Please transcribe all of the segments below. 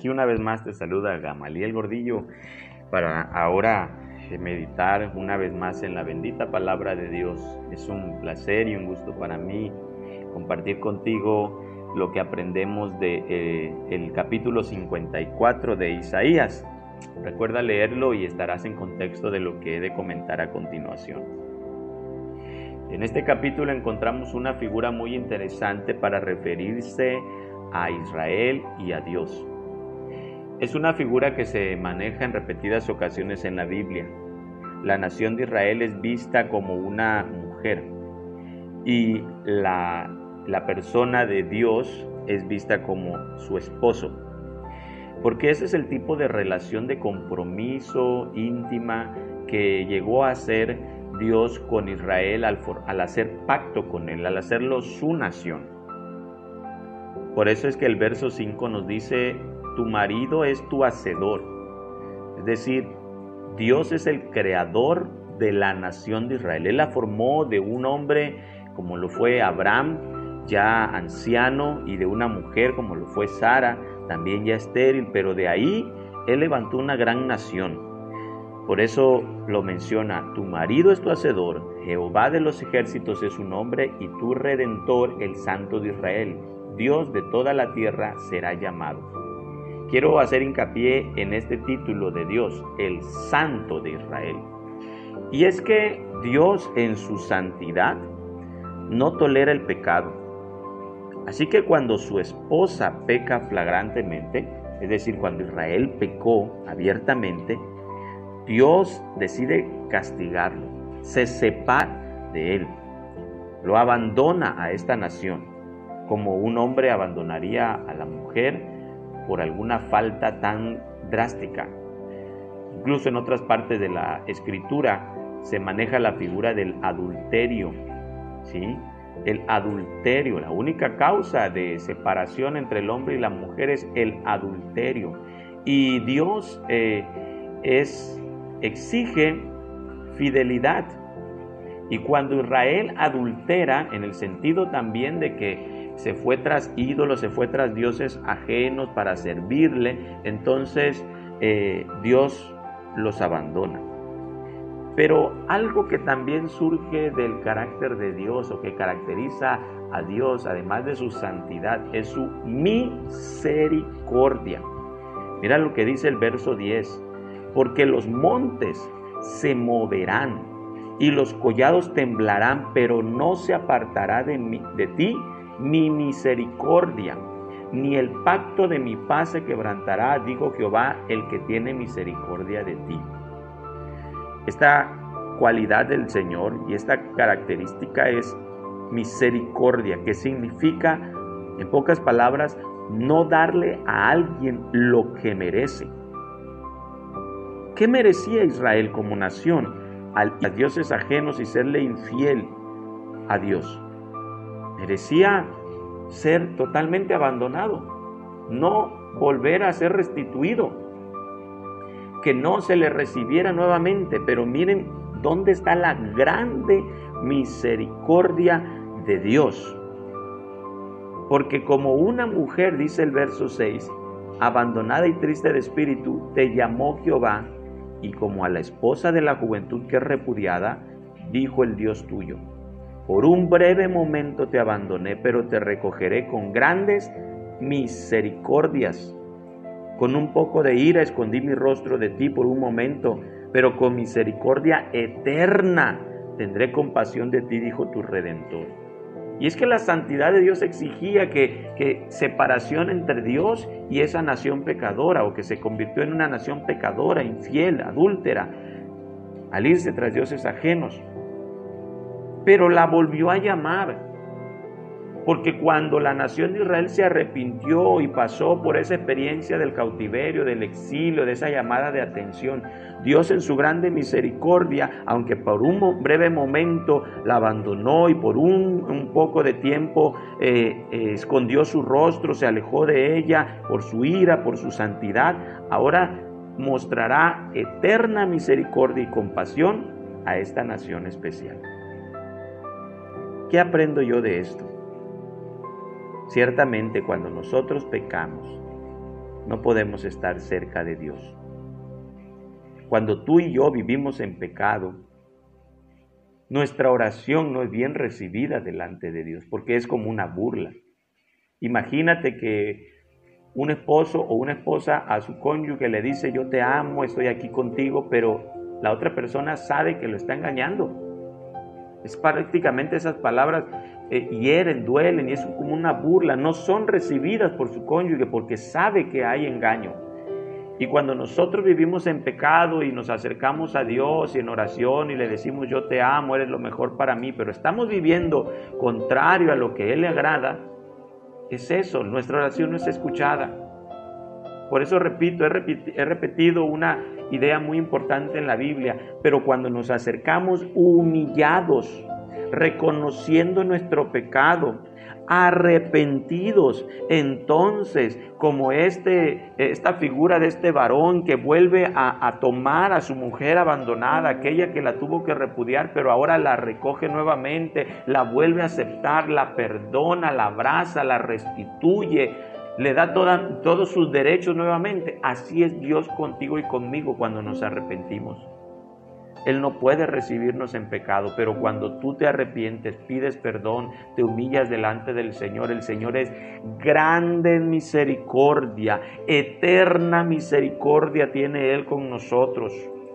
Aquí una vez más te saluda Gamaliel Gordillo para ahora meditar una vez más en la bendita palabra de Dios. Es un placer y un gusto para mí compartir contigo lo que aprendemos de el capítulo 54 de Isaías. Recuerda leerlo y estarás en contexto de lo que he de comentar a continuación. En este capítulo encontramos una figura muy interesante para referirse a Israel y a Dios. Es una figura que se maneja en repetidas ocasiones en la Biblia. La nación de Israel es vista como una mujer y la persona de Dios es vista como su esposo, porque ese es el tipo de relación de compromiso íntima que llegó a ser Dios con Israel al hacer pacto con él, al hacerlo su nación. Por eso es que el verso 5 nos dice: tu marido es tu hacedor. Es decir, Dios es el creador de la nación de Israel. Él la formó de un hombre como lo fue Abraham, ya anciano, y de una mujer como lo fue Sara, también ya estéril, pero de ahí Él levantó una gran nación. Por eso lo menciona: tu marido es tu hacedor, Jehová de los ejércitos es su nombre, y tu redentor, el Santo de Israel. Dios de toda la tierra será llamado. Quiero hacer hincapié en este título de Dios, el Santo de Israel. Y es que Dios en su santidad no tolera el pecado. Así que cuando su esposa peca flagrantemente, es decir, cuando Israel pecó abiertamente, Dios decide castigarlo, se separa de él, lo abandona a esta nación, como un hombre abandonaría a la mujer por alguna falta tan drástica. Incluso en otras partes de la Escritura se maneja la figura del adulterio, ¿sí? El adulterio, la única causa de separación entre el hombre y la mujer es el adulterio. Y Dios exige fidelidad. Y cuando Israel adultera, en el sentido también de que se fue tras ídolos, se fue tras dioses ajenos para servirle, entonces Dios los abandona. Pero algo que también surge del carácter de Dios, o que caracteriza a Dios, además de su santidad, es su misericordia. Mira lo que dice el verso 10: porque los montes se moverán y los collados temblarán, pero no se apartará de ti mi misericordia, ni el pacto de mi paz se quebrantará, dijo Jehová, el que tiene misericordia de ti. Esta cualidad del Señor y esta característica es misericordia, que significa, en pocas palabras, no darle a alguien lo que merece. ¿Qué merecía Israel como nación? A dioses ajenos y serle infiel a Dios. Merecía ser totalmente abandonado, no volver a ser restituido, que no se le recibiera nuevamente. Pero miren dónde está la grande misericordia de Dios. Porque como una mujer, dice el verso 6, abandonada y triste de espíritu, te llamó Jehová, y como a la esposa de la juventud que es repudiada, dijo el Dios tuyo: por un breve momento te abandoné, pero te recogeré con grandes misericordias. Con un poco de ira escondí mi rostro de ti por un momento, pero con misericordia eterna tendré compasión de ti, dijo tu Redentor. Y es que la santidad de Dios exigía que separación entre Dios y esa nación pecadora, o que se convirtió en una nación pecadora, infiel, adúltera, al irse tras dioses ajenos. Pero la volvió a llamar, porque cuando la nación de Israel se arrepintió y pasó por esa experiencia del cautiverio, del exilio, de esa llamada de atención, Dios en su grande misericordia, aunque por un breve momento la abandonó y por un poco de tiempo escondió su rostro, se alejó de ella por su ira, por su santidad, ahora mostrará eterna misericordia y compasión a esta nación especial. ¿Qué aprendo yo de esto? Ciertamente, cuando nosotros pecamos, no podemos estar cerca de Dios. Cuando tú y yo vivimos en pecado, nuestra oración no es bien recibida delante de Dios, porque es como una burla. Imagínate que un esposo o una esposa a su cónyuge le dice: yo te amo, estoy aquí contigo, pero la otra persona sabe que lo está engañando. Es prácticamente esas palabras hieren, duelen y es como una burla. No son recibidas por su cónyuge porque sabe que hay engaño. Y cuando nosotros vivimos en pecado y nos acercamos a Dios y en oración y le decimos: yo te amo, eres lo mejor para mí, pero estamos viviendo contrario a lo que Él le agrada, es eso, nuestra oración no es escuchada. Por eso repito, he repetido una idea muy importante en la Biblia, pero cuando nos acercamos humillados, reconociendo nuestro pecado, arrepentidos, entonces, como esta figura de este varón que vuelve a tomar a su mujer abandonada, aquella que la tuvo que repudiar, pero ahora la recoge nuevamente, la vuelve a aceptar, la perdona, la abraza, la restituye, le da todos sus derechos nuevamente. Así es Dios contigo y conmigo cuando nos arrepentimos. Él no puede recibirnos en pecado, pero cuando tú te arrepientes, pides perdón, te humillas delante del Señor, el Señor es grande en misericordia, eterna misericordia tiene Él con nosotros.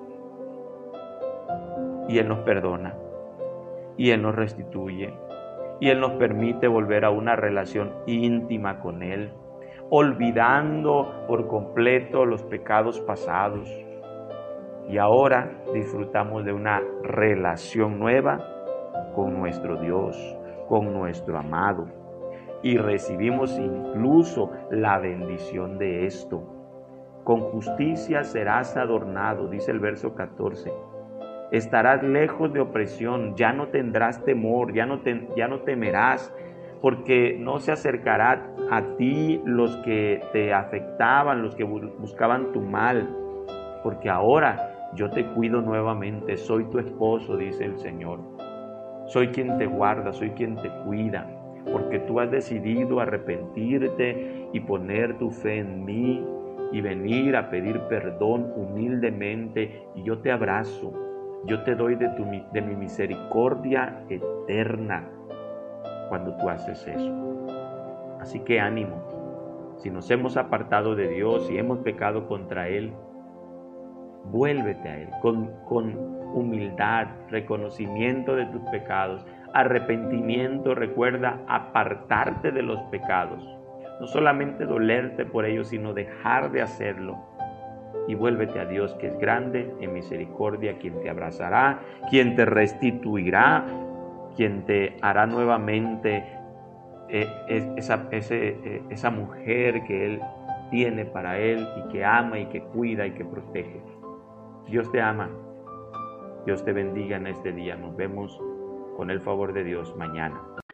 Y Él nos perdona, y Él nos restituye, y Él nos permite volver a una relación íntima con Él, olvidando por completo los pecados pasados. Y ahora disfrutamos de una relación nueva con nuestro Dios, con nuestro amado. Y recibimos incluso la bendición de esto. Con justicia serás adornado, dice el verso 14. Estarás lejos de opresión, ya no tendrás temor, ya no temerás, porque no se acercará a ti los que te afectaban, los que buscaban tu mal, porque ahora yo te cuido nuevamente, soy tu esposo, dice el Señor. Soy quien te guarda, soy quien te cuida, porque tú has decidido arrepentirte y poner tu fe en mí y venir a pedir perdón humildemente, y yo te abrazo, yo te doy de mi misericordia eterna cuando tú haces eso. Así que ánimo, si nos hemos apartado de Dios y hemos pecado contra Él, vuélvete a Él con humildad, reconocimiento de tus pecados, arrepentimiento. Recuerda apartarte de los pecados, no solamente dolerte por ellos, sino dejar de hacerlo. Y vuélvete a Dios, que es grande en misericordia, quien te abrazará, quien te restituirá, quien te hará nuevamente esa mujer que Él tiene para Él y que ama y que cuida y que protege. Dios te ama, Dios te bendiga en este día. Nos vemos con el favor de Dios mañana.